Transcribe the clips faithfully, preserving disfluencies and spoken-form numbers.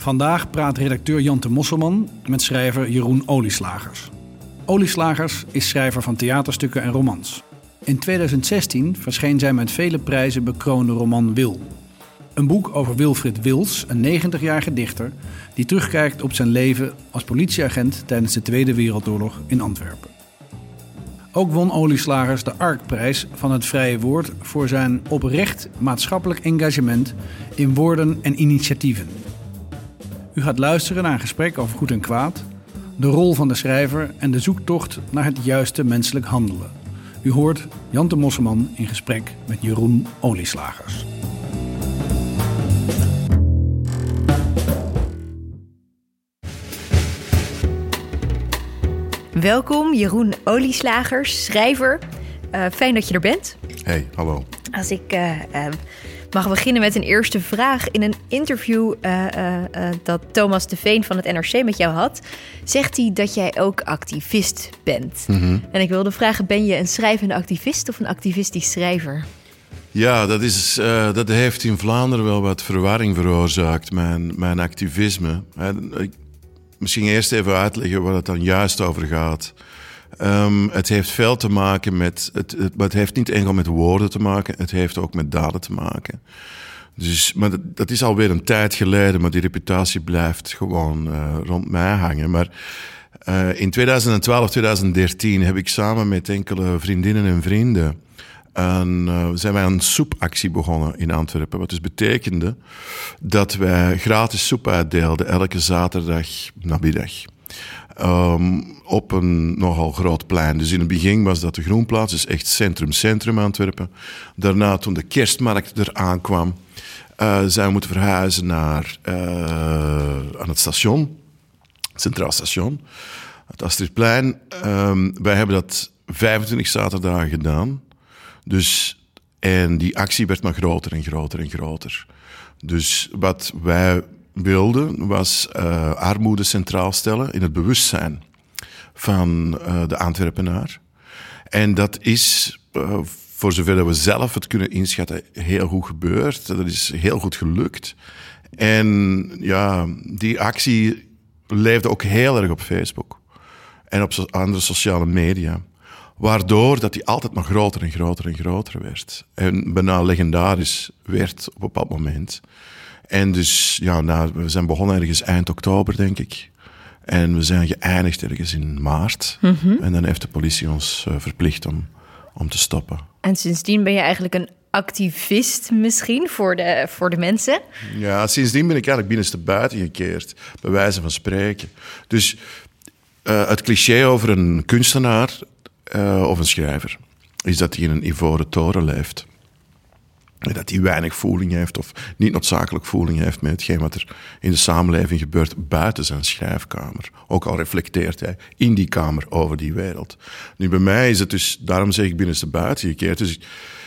Vandaag praat redacteur Jante Mosselman met schrijver Jeroen Olieslagers. Olieslagers is schrijver van theaterstukken en romans. In tweeduizend zestien verscheen zijn met vele prijzen bekroonde roman Wil. Een boek over Wilfrid Wils, een negentigjarige dichter die terugkijkt op zijn leven als politieagent tijdens de Tweede Wereldoorlog in Antwerpen. Ook won Olieslagers de Arkprijs van het Vrije Woord voor zijn oprecht maatschappelijk engagement in woorden en initiatieven. U gaat luisteren naar een gesprek over goed en kwaad, de rol van de schrijver en de zoektocht naar het juiste menselijk handelen. U hoort Jante Mosselman in gesprek met Jeroen Olieslagers. Welkom Jeroen Olieslagers, schrijver. Uh, fijn dat je er bent. Hey, hallo. Als ik uh, uh, mag beginnen met een eerste vraag. In een interview uh, uh, uh, dat Thomas de Veen van het N R C met jou had, zegt hij dat jij ook activist bent. Mm-hmm. En ik wilde vragen, ben je een schrijvende activist of een activistisch schrijver? Ja, dat, is, uh, dat heeft in Vlaanderen wel wat verwarring veroorzaakt, mijn, mijn activisme. Ik, misschien eerst even uitleggen waar het dan juist over gaat. Um, het heeft veel te maken met... Het, het, maar het heeft niet enkel met woorden te maken, het heeft ook met daden te maken. Dus, maar dat, dat is alweer een tijd geleden, maar die reputatie blijft gewoon uh, rond mij hangen. Maar uh, in tweeduizend twaalf, tweeduizend dertien heb ik samen met enkele vriendinnen en vrienden En, uh, zijn wij een soepactie begonnen in Antwerpen. Wat dus betekende dat wij gratis soep uitdeelden elke zaterdag namiddag. Um, op een nogal groot plein. Dus in het begin was dat de Groenplaats, dus echt centrum-centrum Antwerpen. Daarna, toen de kerstmarkt eraan kwam, uh, zijn we moeten verhuizen naar uh, aan het station, het Centraal Station, het Astridplein. Um, wij hebben dat vijfentwintig zaterdagen gedaan. Dus, en die actie werd maar groter en groter en groter. Dus wat wij wilden was uh, armoede centraal stellen in het bewustzijn van uh, de Antwerpenaar. En dat is, uh, voor zover dat we zelf het kunnen inschatten, heel goed gebeurd. Dat is heel goed gelukt. En ja, die actie leefde ook heel erg op Facebook en op so- andere sociale media. Waardoor dat die altijd maar groter en groter en groter werd. En bijna legendarisch werd op een bepaald moment. En dus, ja, nou, we zijn begonnen ergens eind oktober, denk ik. En we zijn geëindigd ergens in maart. Mm-hmm. En dan heeft de politie ons uh, verplicht om, om te stoppen. En sindsdien ben je eigenlijk een activist misschien voor de, voor de mensen? Ja, sindsdien ben ik eigenlijk binnenstebuiten gekeerd. Bij wijze van spreken. Dus uh, het cliché over een kunstenaar uh, of een schrijver is dat hij in een ivoren toren leeft. Dat hij weinig voeling heeft of niet noodzakelijk voeling heeft met hetgeen wat er in de samenleving gebeurt buiten zijn schrijfkamer. Ook al reflecteert hij in die kamer over die wereld. Nu, bij mij is het dus, daarom zeg ik binnenstebuiten gekeerd. Dus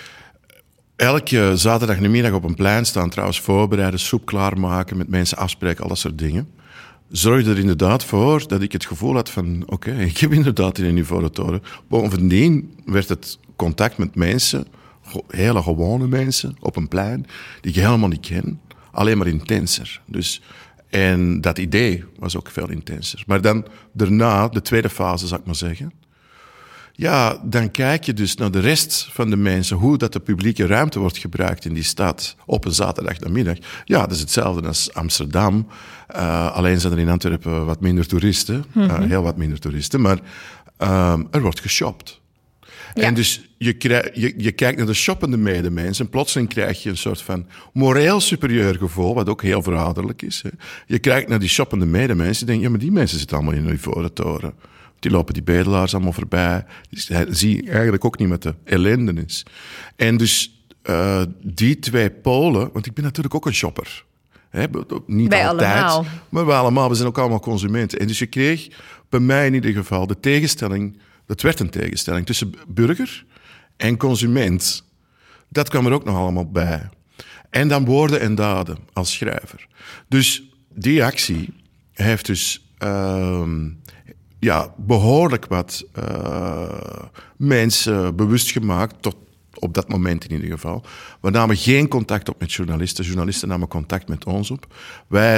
elke zaterdag en middag op een plein staan, trouwens voorbereiden, soep klaarmaken, met mensen afspreken, al dat soort dingen. Zorgde er inderdaad voor dat ik het gevoel had van, oké, okay, ik heb inderdaad in een ivoren toren. Bovendien werd het contact met mensen, hele gewone mensen op een plein, die ik helemaal niet ken, alleen maar intenser. Dus, en dat idee was ook veel intenser. Maar dan daarna, de tweede fase zou ik maar zeggen, ja, dan kijk je dus naar de rest van de mensen, hoe dat de publieke ruimte wordt gebruikt in die stad op een zaterdagnamiddag. Ja, dat is hetzelfde als Amsterdam. Uh, alleen zijn er in Antwerpen wat minder toeristen, mm-hmm. uh, heel wat minder toeristen, maar uh, er wordt geshopt. Ja. En dus je, krijg, je, je kijkt naar de shoppende medemens en plotseling krijg je een soort van moreel superieur gevoel, wat ook heel veranderlijk is. Hè. Je kijkt naar die shoppende medemens en denkt, ja, maar die mensen zitten allemaal in een ivoren toren. Die lopen die bedelaars allemaal voorbij. Dus zie je eigenlijk ook niet wat de ellende is. En dus uh, die twee polen, want ik ben natuurlijk ook een shopper. Hè, niet bij altijd, allemaal. Maar wij allemaal, we zijn ook allemaal consumenten. En dus je kreeg bij mij in ieder geval de tegenstelling. Dat werd een tegenstelling tussen burger en consument. Dat kwam er ook nog allemaal bij. En dan woorden en daden als schrijver. Dus die actie heeft dus uh, ja, behoorlijk wat uh, mensen bewust gemaakt, tot op dat moment in ieder geval. We namen geen contact op met journalisten. Journalisten namen contact met ons op. Wij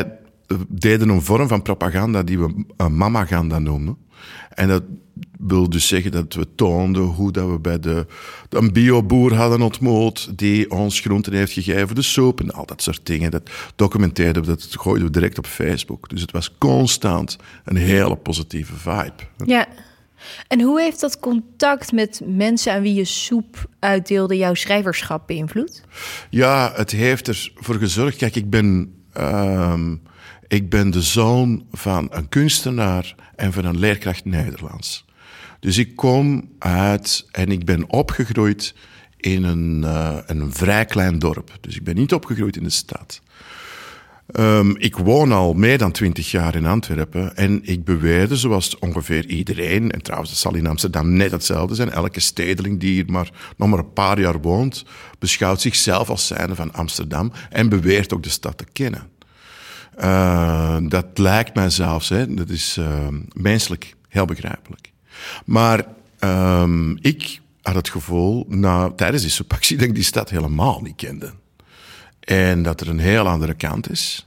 deden een vorm van propaganda die we uh, mamaganda noemden. En dat wil dus zeggen dat we toonden hoe dat we bij de, een bioboer hadden ontmoet die ons groenten heeft gegeven voor de soep en al dat soort dingen. Dat documenteerden we, dat gooiden we direct op Facebook. Dus het was constant een hele positieve vibe. Ja. En hoe heeft dat contact met mensen aan wie je soep uitdeelde jouw schrijverschap beïnvloed? Ja, het heeft ervoor gezorgd. Kijk, ik ben, uh, ik ben de zoon van een kunstenaar en van een leerkracht Nederlands. Dus ik kom uit en ik ben opgegroeid in een, uh, een vrij klein dorp. Dus ik ben niet opgegroeid in de stad. Um, ik woon al meer dan twintig jaar in Antwerpen en ik beweerde, zoals ongeveer iedereen, en trouwens dat zal in Amsterdam net hetzelfde zijn, elke stedeling die hier maar nog maar een paar jaar woont, beschouwt zichzelf als zijnde van Amsterdam en beweert ook de stad te kennen. Uh, dat lijkt mij zelfs, hè, dat is uh, menselijk heel begrijpelijk. Maar um, ik had het gevoel, nou, tijdens die soepactie, dat ik die stad helemaal niet kende. En dat er een heel andere kant is.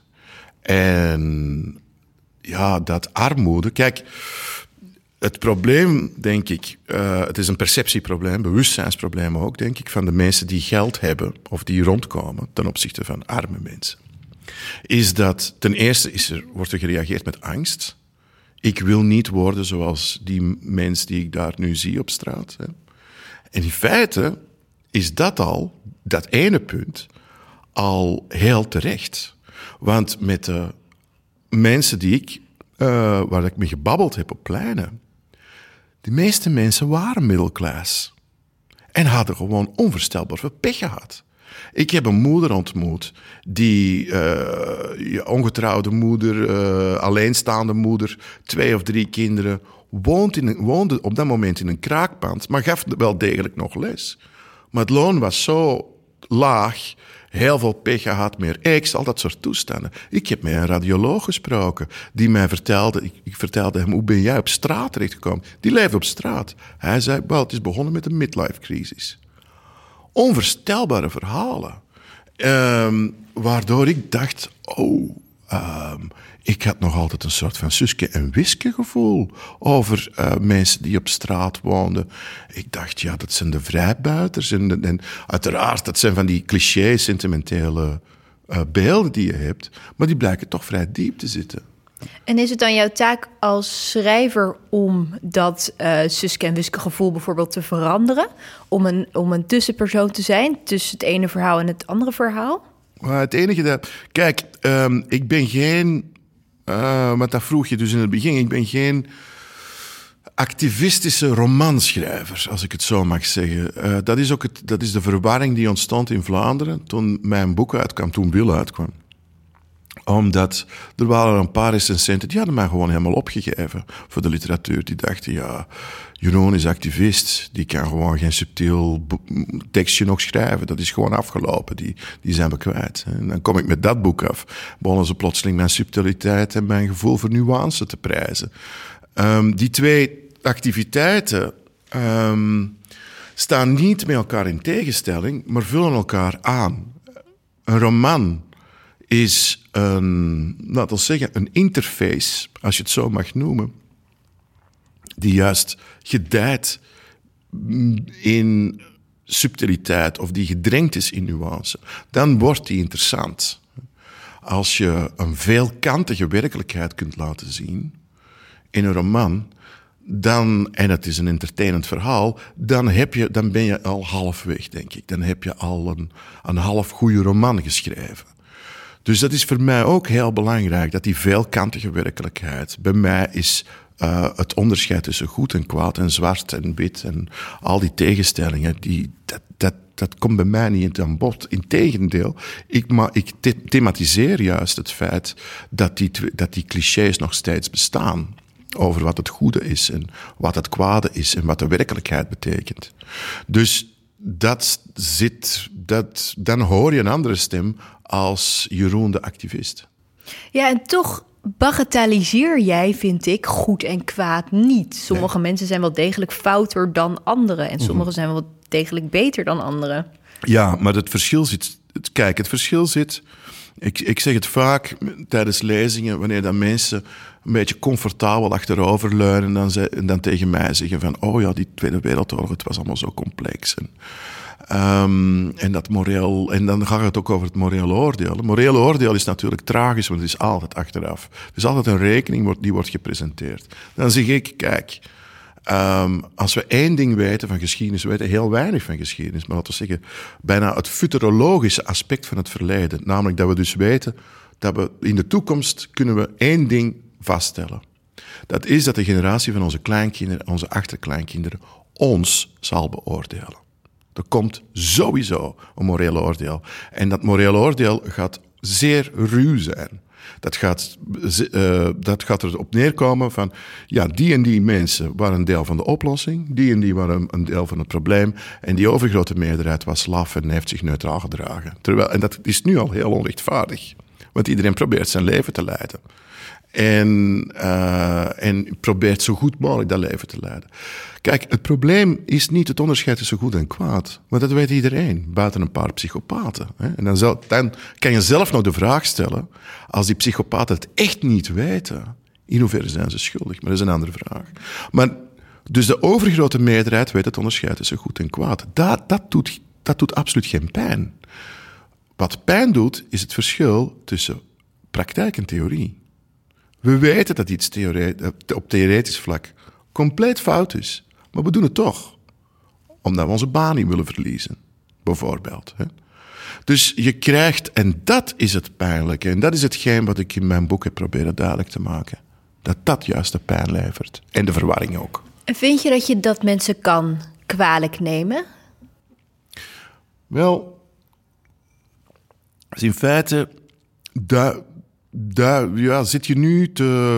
En ja, dat armoede... Kijk, het probleem, denk ik... Uh, het is een perceptieprobleem, bewustzijnsprobleem ook, denk ik... van de mensen die geld hebben of die rondkomen... ten opzichte van arme mensen. Is dat... Ten eerste is er, wordt er gereageerd met angst. Ik wil niet worden zoals die mens die ik daar nu zie op straat. Hè. En in feite is dat al, dat ene punt... al heel terecht. Want met de mensen die ik, uh, waar ik mee gebabbeld heb op pleinen, de meeste mensen waren middelklaas. En hadden gewoon onvoorstelbaar veel pech gehad. Ik heb een moeder ontmoet, die uh, ongetrouwde moeder, uh, alleenstaande moeder, twee of drie kinderen, woont in een, woonde op dat moment in een kraakpand, maar gaf wel degelijk nog les. Maar het loon was zo laag, heel veel pech gehad, meer ex, al dat soort toestanden. Ik heb met een radioloog gesproken, die mij vertelde, ik, ik vertelde hem, hoe ben jij op straat terechtgekomen? Die leefde op straat. Hij zei, wel, het is begonnen met een midlife crisis. Onvoorstelbare verhalen. Um, waardoor ik dacht, oh, um, ik had nog altijd een soort van Suske en Wiske gevoel over uh, mensen die op straat woonden. Ik dacht, ja, dat zijn de vrijbuiters. En, en uiteraard, dat zijn van die cliché sentimentele uh, beelden die je hebt. Maar die blijken toch vrij diep te zitten. En is het dan jouw taak als schrijver om dat uh, Suske en Wiske gevoel bijvoorbeeld te veranderen? Om een, om een tussenpersoon te zijn tussen het ene verhaal en het andere verhaal? Maar het enige dat... Kijk, um, ik ben geen... Uh, want dat vroeg je dus in het begin. Ik ben geen activistische romanschrijver, als ik het zo mag zeggen. Uh, dat is ook het, dat is de verwarring die ontstond in Vlaanderen toen mijn boek uitkwam, toen Wil uitkwam. Omdat er waren een paar recensenten, die hadden mij gewoon helemaal opgegeven voor de literatuur. Die dachten, ja, Jeroen is activist, die kan gewoon geen subtiel tekstje nog schrijven. Dat is gewoon afgelopen, die, die zijn we kwijt. En dan kom ik met dat boek af. Begonnen ze plotseling mijn subtiliteit en mijn gevoel voor nuance te prijzen. Um, die twee activiteiten um, staan niet met elkaar in tegenstelling, maar vullen elkaar aan. Een roman is een, laten we zeggen, een interface, als je het zo mag noemen, die juist gedijt in subtiliteit of die gedrenkt is in nuance. Dan wordt die interessant. Als je een veelkantige werkelijkheid kunt laten zien in een roman, dan, en het is een entertainend verhaal, dan, heb je, dan ben je al halfweg, denk ik. Dan heb je al een, een half goede roman geschreven. Dus dat is voor mij ook heel belangrijk, dat die veelkantige werkelijkheid bij mij is uh, het onderscheid tussen goed en kwaad en zwart en wit en al die tegenstellingen, die, dat, dat, dat komt bij mij niet aan bod. Integendeel, ik, maar ik the- thematiseer juist het feit dat die, dat die clichés nog steeds bestaan over wat het goede is en wat het kwade is en wat de werkelijkheid betekent. Dus dat zit, dat, dan hoor je een andere stem als Jeroen de activist. Ja, en toch bagatelliseer jij, vind ik, goed en kwaad niet. Sommige nee. mensen zijn wel degelijk fouter dan anderen en sommige mm-hmm. zijn wel degelijk beter dan anderen. Ja, maar het verschil zit... Kijk, het verschil zit Ik, ik zeg het vaak tijdens lezingen, wanneer dan mensen een beetje comfortabel achteroverleunen en dan, ze, en dan tegen mij zeggen van, oh ja, die Tweede Wereldoorlog, het was allemaal zo complex. En, um, en, dat moreel, en dan gaat het ook over het morele oordeel. Het morele oordeel is natuurlijk tragisch, want het is altijd achteraf. Er is altijd een rekening die wordt gepresenteerd. Dan zeg ik, kijk, um, als we één ding weten van geschiedenis, we weten heel weinig van geschiedenis, maar laten we zeggen, bijna het futurologische aspect van het verleden. Namelijk dat we dus weten dat we in de toekomst kunnen we één ding vaststellen. Dat is dat de generatie van onze kleinkinderen, onze achterkleinkinderen, ons zal beoordelen. Er komt sowieso een moreel oordeel. En dat moreel oordeel gaat zeer ruw zijn. Dat gaat, uh, dat gaat erop neerkomen van, ja, die en die mensen waren een deel van de oplossing, die en die waren een deel van het probleem, en die overgrote meerderheid was laf en heeft zich neutraal gedragen. Terwijl, en dat is nu al heel onrechtvaardig, want iedereen probeert zijn leven te leiden. En, uh, en probeert zo goed mogelijk dat leven te leiden. Kijk, het probleem is niet het onderscheid tussen goed en kwaad. Want dat weet iedereen, buiten een paar psychopaten. Hè? En dan, zal, dan kan je zelf nog de vraag stellen, als die psychopaten het echt niet weten, in hoeverre zijn ze schuldig? Maar dat is een andere vraag. Maar, dus de overgrote meerderheid weet het onderscheid tussen goed en kwaad. Dat, dat, doet, dat doet absoluut geen pijn. Wat pijn doet, is het verschil tussen praktijk en theorie. We weten dat iets theoret- op theoretisch vlak compleet fout is. Maar we doen het toch. Omdat we onze baan niet willen verliezen. Bijvoorbeeld. Hè? Dus je krijgt, en dat is het pijnlijke. En dat is hetgeen wat ik in mijn boek heb proberen duidelijk te maken. Dat dat juist de pijn levert. En de verwarring ook. En vind je dat je dat mensen kan kwalijk nemen? Wel, dus in feite, daar, daar ja, zit je nu te,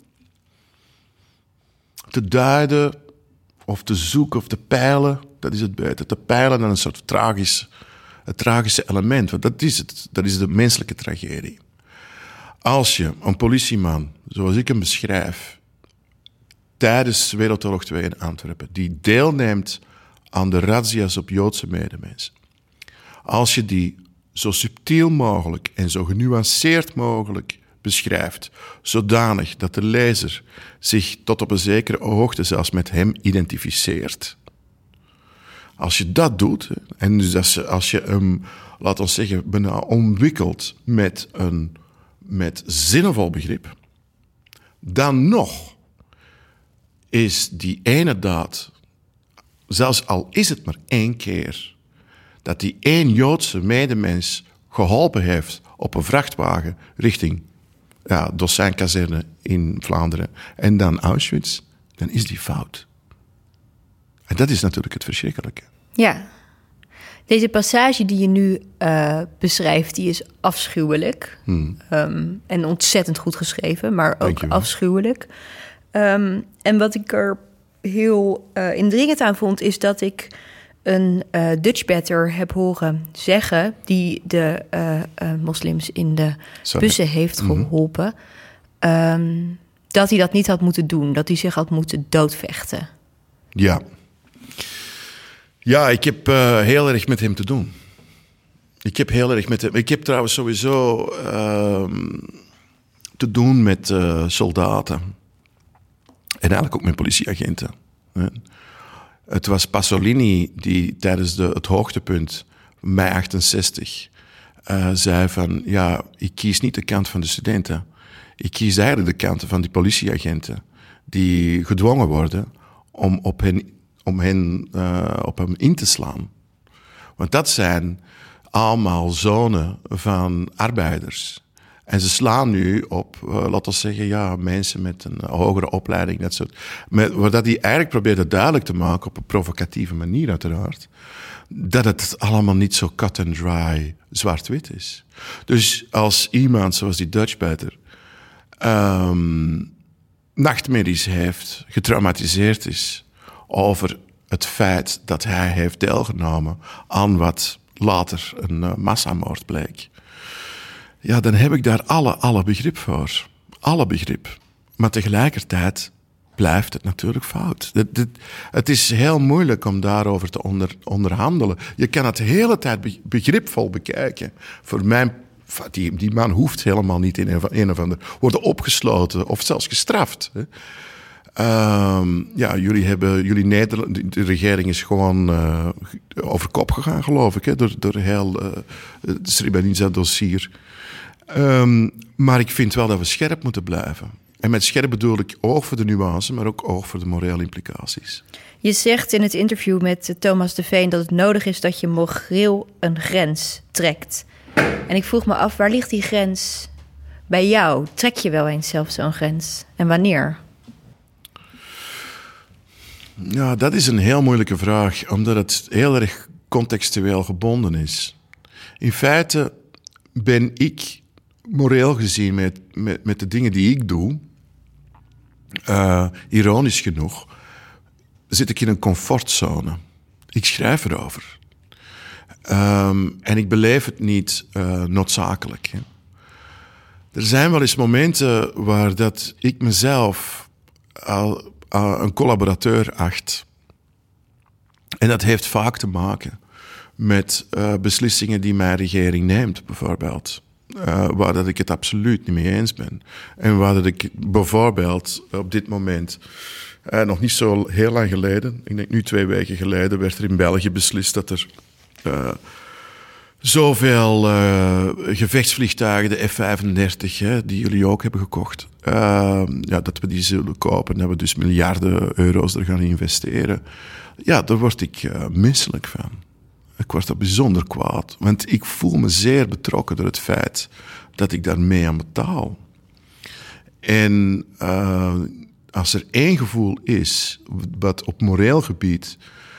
te duiden of te zoeken of te peilen, dat is het beter, te peilen naar een soort tragisch, het tragische element. Want dat is het, dat is de menselijke tragedie. Als je een politieman, zoals ik hem beschrijf, tijdens Wereldoorlog twee in Antwerpen, die deelneemt aan de razzia's op Joodse medemensen, als je die zo subtiel mogelijk en zo genuanceerd mogelijk beschrijft, zodanig dat de lezer zich tot op een zekere hoogte zelfs met hem identificeert. Als je dat doet, en dus als je, als je hem, laat ons zeggen, bijna omwikkelt met een met zinvol begrip, dan nog is die ene daad, zelfs al is het maar één keer, dat die één Joodse medemens geholpen heeft op een vrachtwagen richting ja, Dossijnkazerne in Vlaanderen en dan Auschwitz, dan is die fout. En dat is natuurlijk het verschrikkelijke. Ja. Deze passage die je nu uh, beschrijft, die is afschuwelijk. Hmm. Um, en ontzettend goed geschreven, maar ook afschuwelijk. Um, en wat ik er heel uh, indringend aan vond, is dat ik een uh, Dutchbatter heb horen zeggen, die de uh, uh, moslims in de Sorry. bussen heeft geholpen, mm-hmm. um, dat hij dat niet had moeten doen, dat hij zich had moeten doodvechten. Ja. Ja, ik heb uh, heel erg met hem te doen. Ik heb heel erg met hem... Ik heb trouwens sowieso uh, te doen met uh, soldaten. En eigenlijk ook met politieagenten. Hè. Het was Pasolini die tijdens de, het hoogtepunt, mei achtenzestig, uh, zei van, ja, ik kies niet de kant van de studenten. Ik kies eigenlijk de kant van die politieagenten die gedwongen worden om op hen, om hen uh, op hem in te slaan. Want dat zijn allemaal zonen van arbeiders. En ze slaan nu op, uh, laten we zeggen, ja, mensen met een hogere opleiding, dat soort. Met, waar dat hij eigenlijk probeerde duidelijk te maken, op een provocatieve manier uiteraard, dat het allemaal niet zo cut and dry zwart-wit is. Dus als iemand zoals die Dutchbatter um, nachtmerries heeft, getraumatiseerd is over het feit dat hij heeft deelgenomen aan wat later een uh, massamoord bleek, ja, dan heb ik daar alle, alle begrip voor. Alle begrip. Maar tegelijkertijd blijft het natuurlijk fout. Het, het, het is heel moeilijk om daarover te onder, onderhandelen. Je kan het de hele tijd begripvol bekijken. Voor mijn die, die man hoeft helemaal niet in een, een of ander... worden opgesloten of zelfs gestraft. Hè. Um, ja, jullie hebben... Jullie Nederland... De regering is gewoon uh, over kop gegaan, geloof ik. Hè, door, door heel uh, het Srebrenica-dossier. Um, maar ik vind wel dat we scherp moeten blijven. En met scherp bedoel ik oog voor de nuance, maar ook oog voor de morele implicaties. Je zegt in het interview met Thomas de Veen dat het nodig is dat je moreel een grens trekt. En ik vroeg me af, waar ligt die grens bij jou? Trek je wel eens zelf zo'n grens? En wanneer? Ja, dat is een heel moeilijke vraag, omdat het heel erg contextueel gebonden is. In feite ben ik, moreel gezien, met, met, met de dingen die ik doe, uh, ironisch genoeg, zit ik in een comfortzone. Ik schrijf erover. Um, en ik beleef het niet uh, noodzakelijk. Hè. Er zijn wel eens momenten waar dat ik mezelf al uh, een collaborateur acht. En dat heeft vaak te maken met uh, beslissingen die mijn regering neemt, bijvoorbeeld. Uh, waar dat ik het absoluut niet mee eens ben. En waar dat ik bijvoorbeeld op dit moment... Uh, nog niet zo heel lang geleden, ik denk nu twee weken geleden, werd er in België beslist dat er uh, zoveel uh, gevechtsvliegtuigen, de F vijfendertig, hè, die jullie ook hebben gekocht, uh, ja, dat we die zullen kopen en dat we dus miljarden euro's er gaan investeren. Ja, daar word ik uh, misselijk van. Ik word er bijzonder kwaad, want ik voel me zeer betrokken door het feit dat ik daar mee aan betaal. En... Uh, Als er één gevoel is wat op moreel gebied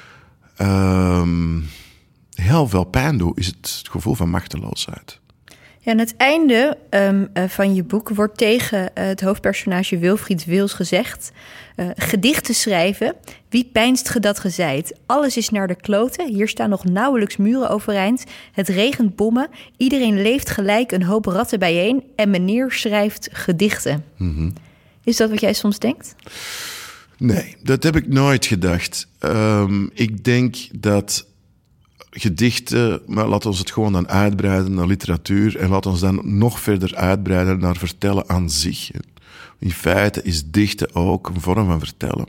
um, heel veel pijn doet, is het gevoel van machteloosheid. Ja, aan het einde um, uh, van je boek wordt tegen uh, het hoofdpersonage Wilfried Wils gezegd: uh, gedichten schrijven, wie pijnst ge dat ge zijt? Alles is naar de kloten, hier staan nog nauwelijks muren overeind. Het regent bommen, iedereen leeft gelijk een hoop ratten bijeen en meneer schrijft gedichten. Mm-hmm. Is dat wat jij soms denkt? Nee, dat heb ik nooit gedacht. Um, ik denk dat gedichten, maar laten we het gewoon dan uitbreiden naar literatuur en laten we dan nog verder uitbreiden naar vertellen aan zich. In feite is dichten ook een vorm van vertellen.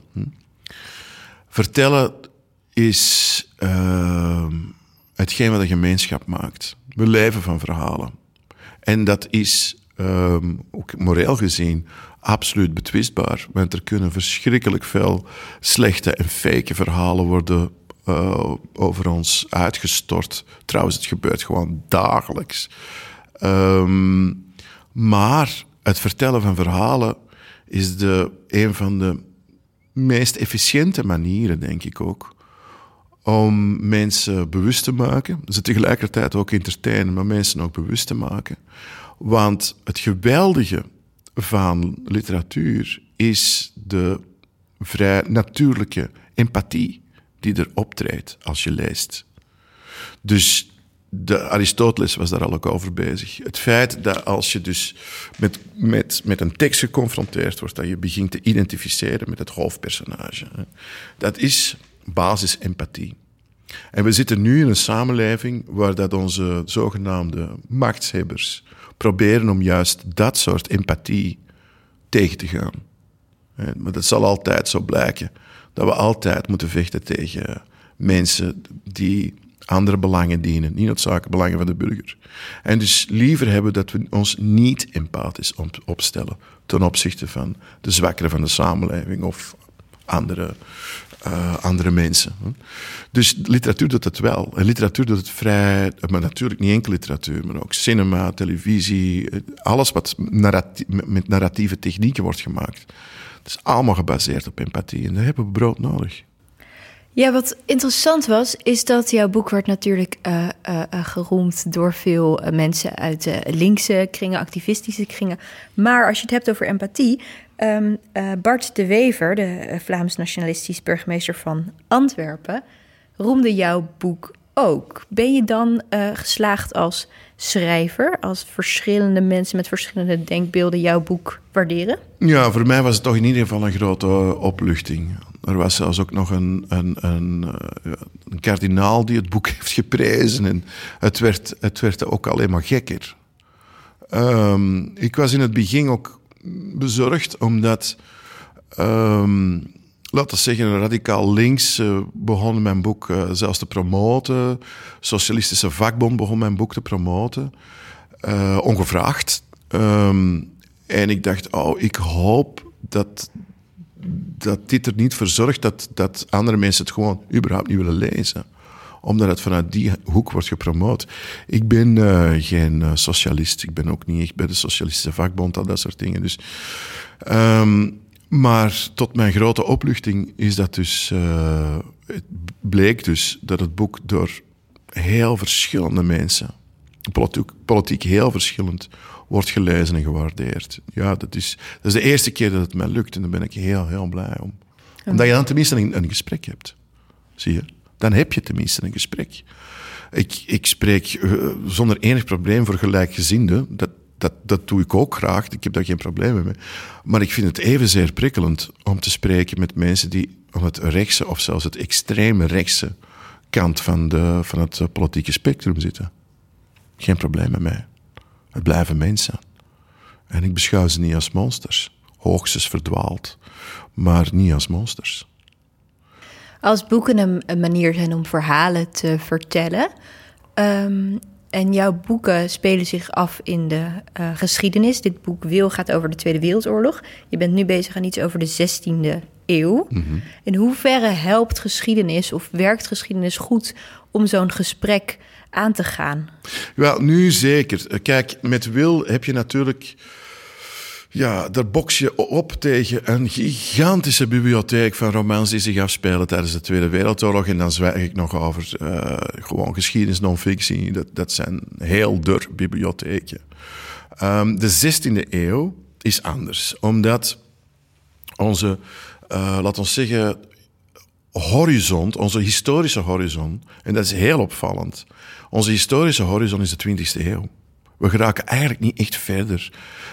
Vertellen is uh, hetgeen wat een gemeenschap maakt. We leven van verhalen. En dat is, um, ook moreel gezien, absoluut betwistbaar. Want er kunnen verschrikkelijk veel slechte en fake verhalen worden uh, over ons uitgestort. Trouwens, het gebeurt gewoon dagelijks. Um, maar het vertellen van verhalen is de, een van de meest efficiënte manieren, denk ik ook, om mensen bewust te maken. Ze tegelijkertijd ook entertainen, maar mensen ook bewust te maken. Want het geweldige van literatuur is de vrij natuurlijke empathie die er optreedt als je leest. Dus de Aristoteles was daar al ook over bezig. Het feit dat als je dus met, met, met een tekst geconfronteerd wordt, dat je begint te identificeren met het hoofdpersonage. Dat is basis empathie. En we zitten nu in een samenleving waar dat onze zogenaamde machtshebbers proberen om juist dat soort empathie tegen te gaan. Maar dat zal altijd zo blijken. Dat we altijd moeten vechten tegen mensen die andere belangen dienen. Niet noodzakelijk belangen van de burger. En dus liever hebben dat we ons niet empathisch opstellen ten opzichte van de zwakkeren van de samenleving of andere, uh, andere mensen. Dus literatuur doet het wel. En literatuur doet het vrij, maar natuurlijk niet enkel literatuur, maar ook cinema, televisie, alles wat narrati- met narratieve technieken wordt gemaakt. Het is allemaal gebaseerd op empathie en daar hebben we brood nodig. Ja, wat interessant was, is dat jouw boek werd natuurlijk uh, uh, uh, geroemd door veel uh, mensen uit uh, linkse kringen, activistische kringen. Maar als je het hebt over empathie, um, uh, Bart de Wever, de uh, Vlaams nationalistisch burgemeester van Antwerpen, roemde jouw boek ook. Ben je dan uh, geslaagd als schrijver, als verschillende mensen met verschillende denkbeelden jouw boek waarderen? Ja, voor mij was het toch in ieder geval een grote opluchting. Er was zelfs ook nog een, een, een, een kardinaal die het boek heeft geprezen. En het werd, het werd ook alleen maar gekker. Um, ik was in het begin ook bezorgd, omdat, um, laten we zeggen, radicaal links uh, begon mijn boek uh, zelfs te promoten. Socialistische Vakbond begon mijn boek te promoten. Uh, ongevraagd. Um, en ik dacht, oh, ik hoop dat, dat dit er niet voor zorgt dat, dat andere mensen het gewoon überhaupt niet willen lezen. Omdat het vanuit die hoek wordt gepromoot. Ik ben uh, geen uh, socialist. Ik ben ook niet echt bij de Socialistische Vakbond, al dat soort dingen. Dus, um, maar tot mijn grote opluchting is dat dus... Uh, het bleek dus dat het boek door heel verschillende mensen... Politiek, politiek heel verschillend wordt gelezen en gewaardeerd. Ja, dat is, dat is de eerste keer dat het mij lukt. En daar ben ik heel, heel blij om. Omdat je dan tenminste een, een gesprek hebt. Zie je? Dan heb je tenminste een gesprek. Ik, ik spreek uh, zonder enig probleem voor gelijkgezinden. Dat, dat, dat doe ik ook graag. Ik heb daar geen probleem mee. Maar ik vind het evenzeer prikkelend om te spreken met mensen die aan het rechtse of zelfs het extreme rechtse kant van, de, van het uh, politieke spectrum zitten. Geen probleem met mij. Het blijven mensen. En ik beschouw ze niet als monsters. Hoogstens verdwaald. Maar niet als monsters. Als boeken een, een manier zijn om verhalen te vertellen... Um, en jouw boeken spelen zich af in de uh, geschiedenis. Dit boek Wil gaat over de Tweede Wereldoorlog. Je bent nu bezig aan iets over de zestiende eeuw. Mm-hmm. In hoeverre helpt geschiedenis of werkt geschiedenis goed om zo'n gesprek aan te gaan? Wel, nu zeker. Kijk, met Wil heb je natuurlijk... Ja, daar boks je op tegen een gigantische bibliotheek van romans die zich afspelen tijdens de Tweede Wereldoorlog. En dan zwijg ik nog over uh, gewoon geschiedenis, non-fictie. Dat, dat zijn heel dur bibliotheken. Um, de zestiende eeuw is anders, omdat onze, uh, laten we zeggen, horizon, onze historische horizon, en dat is heel opvallend, onze historische horizon is de twintigste eeuw. We geraken eigenlijk niet echt verder.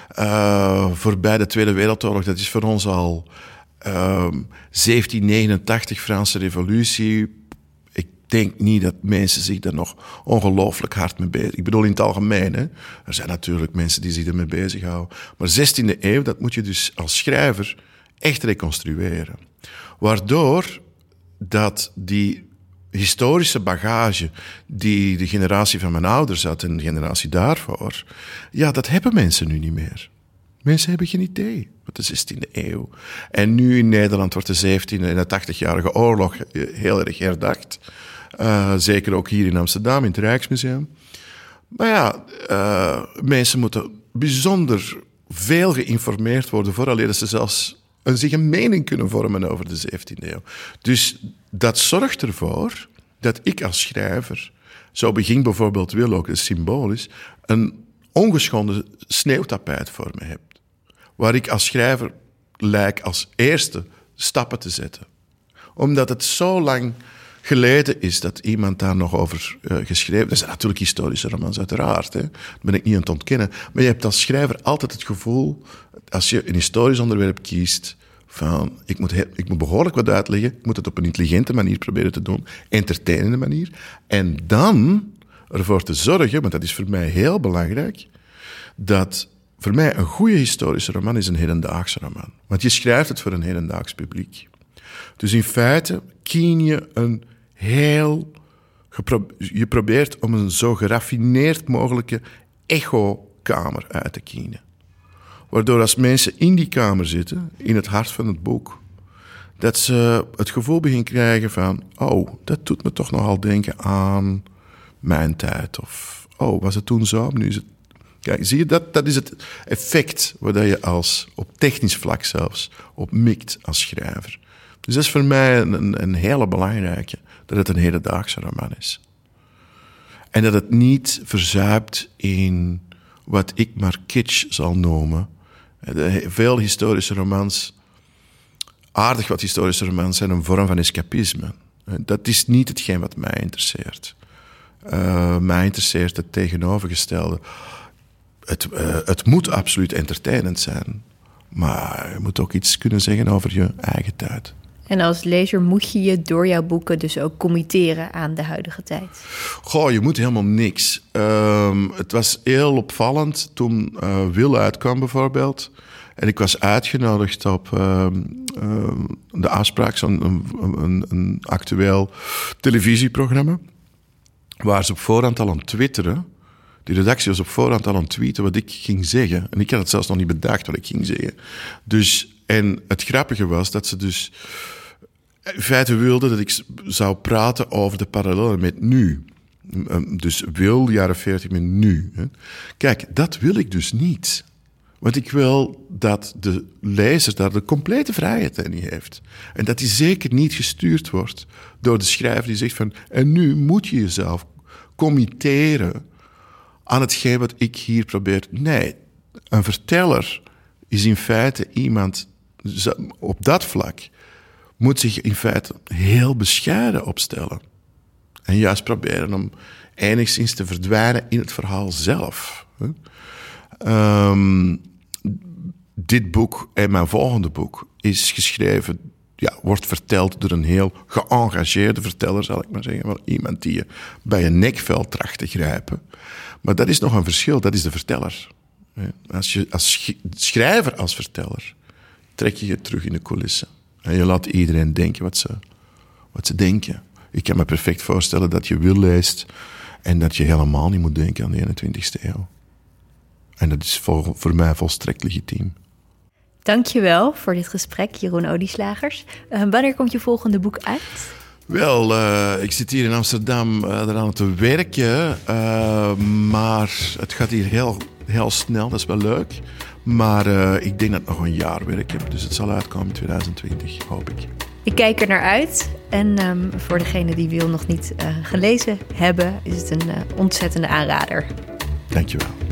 Uh, voorbij de Tweede Wereldoorlog, dat is voor ons al uh, zeventien negenentachtig, Franse Revolutie. Ik denk niet dat mensen zich daar nog ongelooflijk hard mee bezig... Ik bedoel in het algemeen, hè. Er zijn natuurlijk mensen die zich ermee bezighouden. Maar zestiende eeuw, dat moet je dus als schrijver echt reconstrueren. Waardoor dat die... historische bagage die de generatie van mijn ouders had en de generatie daarvoor, ja, dat hebben mensen nu niet meer. Mensen hebben geen idee wat de zestiende eeuw. En nu in Nederland wordt de zeventiende en de tachtigjarige oorlog heel erg herdacht. Uh, zeker ook hier in Amsterdam, in het Rijksmuseum. Maar ja, uh, mensen moeten bijzonder veel geïnformeerd worden vooraleer ze zelfs en zich een mening kunnen vormen over de zeventiende eeuw. Dus dat zorgt ervoor dat ik als schrijver, zo begint bijvoorbeeld Wil ook symbolisch, een ongeschonden sneeuwtapijt voor me heb. Waar ik als schrijver lijk als eerste stappen te zetten. Omdat het zo lang geleden is dat iemand daar nog over uh, geschreven... Dat zijn natuurlijk historische romans, uiteraard. Hè? Dat ben ik niet aan het ontkennen. Maar je hebt als schrijver altijd het gevoel, als je een historisch onderwerp kiest, van ik moet, he- ik moet behoorlijk wat uitleggen, ik moet het op een intelligente manier proberen te doen, entertainende manier. En dan ervoor te zorgen, want dat is voor mij heel belangrijk, dat voor mij een goede historische roman is een hedendaagse roman. Want je schrijft het voor een hedendaags publiek. Dus in feite kien je een heel... Gepro- je probeert om een zo geraffineerd mogelijke echokamer uit te kiezen. Waardoor als mensen in die kamer zitten, in het hart van het boek, dat ze het gevoel beginnen krijgen van, oh, dat doet me toch nogal denken aan mijn tijd. Of, oh, was het toen zo? Nu is het... Kijk, zie je, dat, dat is het effect waar je als, op technisch vlak zelfs, op mikt als schrijver. Dus dat is voor mij een, een hele belangrijke, dat het een hedendaagse roman is. En dat het niet verzuipt in wat ik maar kitsch zal noemen. Veel historische romans, aardig wat historische romans, zijn een vorm van escapisme. Dat is niet hetgeen wat mij interesseert. Uh, mij interesseert het tegenovergestelde. Het, uh, het moet absoluut entertainend zijn. Maar je moet ook iets kunnen zeggen over je eigen tijd. En als lezer moet je je door jouw boeken dus ook committeren aan de huidige tijd? Goh, je moet helemaal niks. Um, het was heel opvallend toen uh, Wil uitkwam bijvoorbeeld. En ik was uitgenodigd op uh, uh, de afspraak, zo'n een, een, een actueel televisieprogramma, waar ze op voorhand al aan het twitteren. Die redactie was op voorhand al aan het tweeten wat ik ging zeggen. En ik had het zelfs nog niet bedacht wat ik ging zeggen. Dus, en het grappige was dat ze dus in feite wilden dat ik zou praten over de parallellen met nu. Dus Wil, jaren veertig, met nu. Kijk, dat wil ik dus niet. Want ik wil dat de lezer daar de complete vrijheid in heeft. En dat die zeker niet gestuurd wordt door de schrijver die zegt van... en nu moet je jezelf committeren aan hetgeen wat ik hier probeer. Nee, een verteller is in feite iemand... op dat vlak moet zich in feite heel bescheiden opstellen. En juist proberen om enigszins te verdwijnen in het verhaal zelf. Um, dit boek en mijn volgende boek is geschreven... Ja, wordt verteld door een heel geëngageerde verteller, zal ik maar zeggen. Wel, iemand die je bij je nekvel tracht te grijpen. Maar dat is nog een verschil, dat is de verteller. Als je als schrijver, als verteller, trek je je terug in de coulissen. En je laat iedereen denken wat ze, wat ze denken. Ik kan me perfect voorstellen dat je Wil leest en dat je helemaal niet moet denken aan de eenentwintigste eeuw. En dat is voor, voor mij volstrekt legitiem. Dankjewel voor dit gesprek, Jeroen Olieslagers. Uh, wanneer komt je volgende boek uit? Wel, uh, ik zit hier in Amsterdam uh, eraan te werken, uh, maar het gaat hier heel, heel snel, dat is wel leuk. Maar uh, ik denk dat ik nog een jaar werk heb, dus het zal uitkomen in twintig twintig, hoop ik. Ik kijk er naar uit. En um, voor degenen die Wil nog niet uh, gelezen hebben, is het een uh, ontzettende aanrader. Dankjewel.